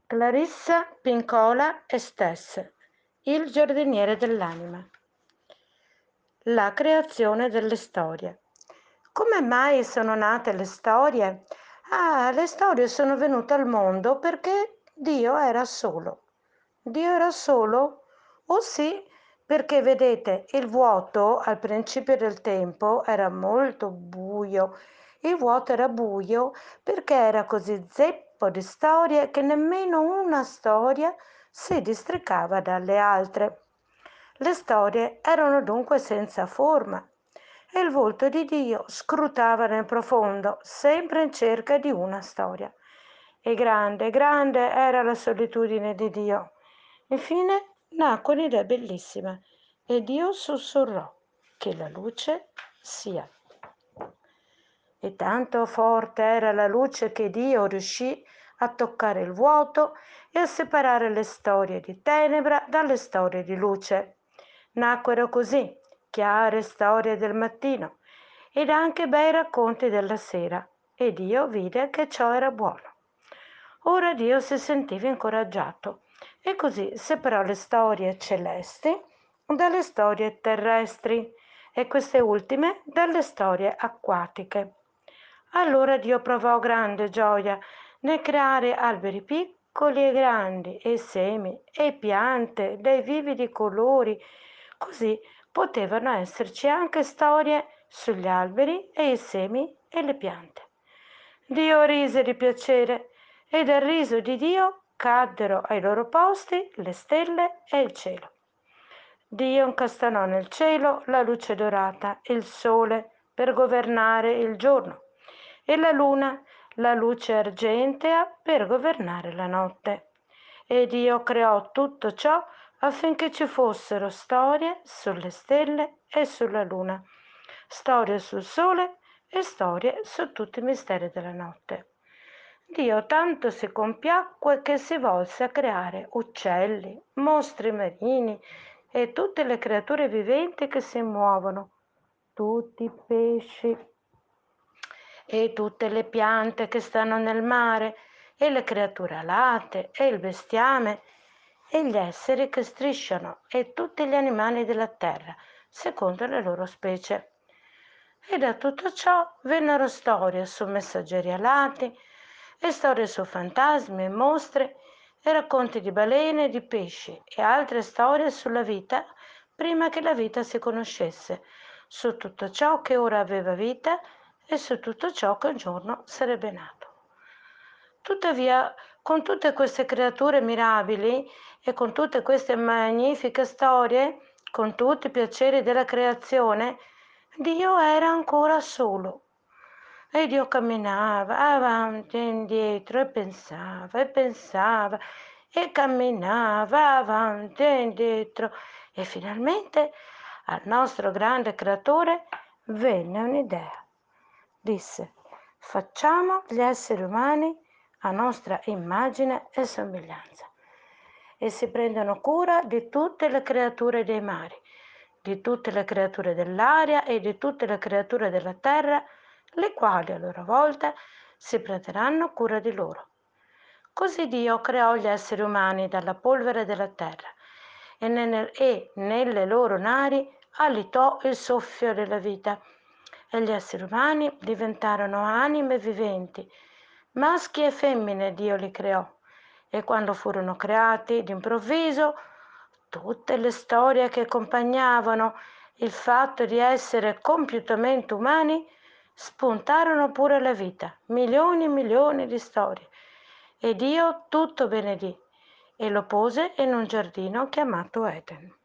Clarissa Pincola Estés, Il giardiniere dell'anima. La creazione delle storie. Come mai sono nate le storie? Le storie sono venute al mondo perché Dio era solo. Dio era solo? Oh sì, perché vedete, il vuoto al principio del tempo era molto buio. Il vuoto era buio perché era così zeppo di storie che nemmeno una storia si districava dalle altre. Le storie erano dunque senza forma e il volto di Dio scrutava nel profondo, sempre in cerca di una storia. E grande, grande era la solitudine di Dio. Infine nacque un'idea bellissima e Dio sussurrò che la luce sia. E tanto forte era la luce che Dio riuscì a toccare il vuoto e a separare le storie di tenebra dalle storie di luce. Nacquero così chiare storie del mattino ed anche bei racconti della sera, e Dio vide che ciò era buono. Ora Dio si sentiva incoraggiato e così separò le storie celesti dalle storie terrestri e queste ultime dalle storie acquatiche. Allora Dio provò grande gioia nel creare alberi piccoli e grandi, e semi e piante dai vividi colori. Così potevano esserci anche storie sugli alberi e i semi e le piante. Dio rise di piacere e dal riso di Dio caddero ai loro posti le stelle e il cielo. Dio incastanò nel cielo la luce dorata, il sole per governare il giorno, e la luna, la luce argentea per governare la notte. E Dio creò tutto ciò affinché ci fossero storie sulle stelle e sulla luna, storie sul sole e storie su tutti i misteri della notte. Dio tanto si compiacque che si volse a creare uccelli, mostri marini e tutte le creature viventi che si muovono, tutti i pesci e tutte le piante che stanno nel mare, e le creature alate, e il bestiame, e gli esseri che strisciano, e tutti gli animali della terra, secondo le loro specie. E da tutto ciò vennero storie su messaggeri alati, e storie su fantasmi e mostri, e racconti di balene e di pesci, e altre storie sulla vita prima che la vita si conoscesse, su tutto ciò che ora aveva vita e su tutto ciò che un giorno sarebbe nato. Tuttavia, con tutte queste creature mirabili e con tutte queste magnifiche storie, con tutti i piaceri della creazione, Dio era ancora solo. E Dio camminava avanti e indietro e pensava e camminava avanti e indietro, e finalmente al nostro grande creatore venne un'idea. Disse: facciamo gli esseri umani a nostra immagine e somiglianza, e si prendono cura di tutte le creature dei mari, di tutte le creature dell'aria e di tutte le creature della terra, le quali a loro volta si prenderanno cura di loro. Così Dio creò gli esseri umani dalla polvere della terra e nelle loro nari alitò il soffio della vita, e gli esseri umani diventarono anime viventi. Maschi e femmine Dio li creò, e quando furono creati d'improvviso, tutte le storie che accompagnavano il fatto di essere compiutamente umani spuntarono pure alla vita, milioni e milioni di storie. E Dio tutto benedì e lo pose in un giardino chiamato Eden.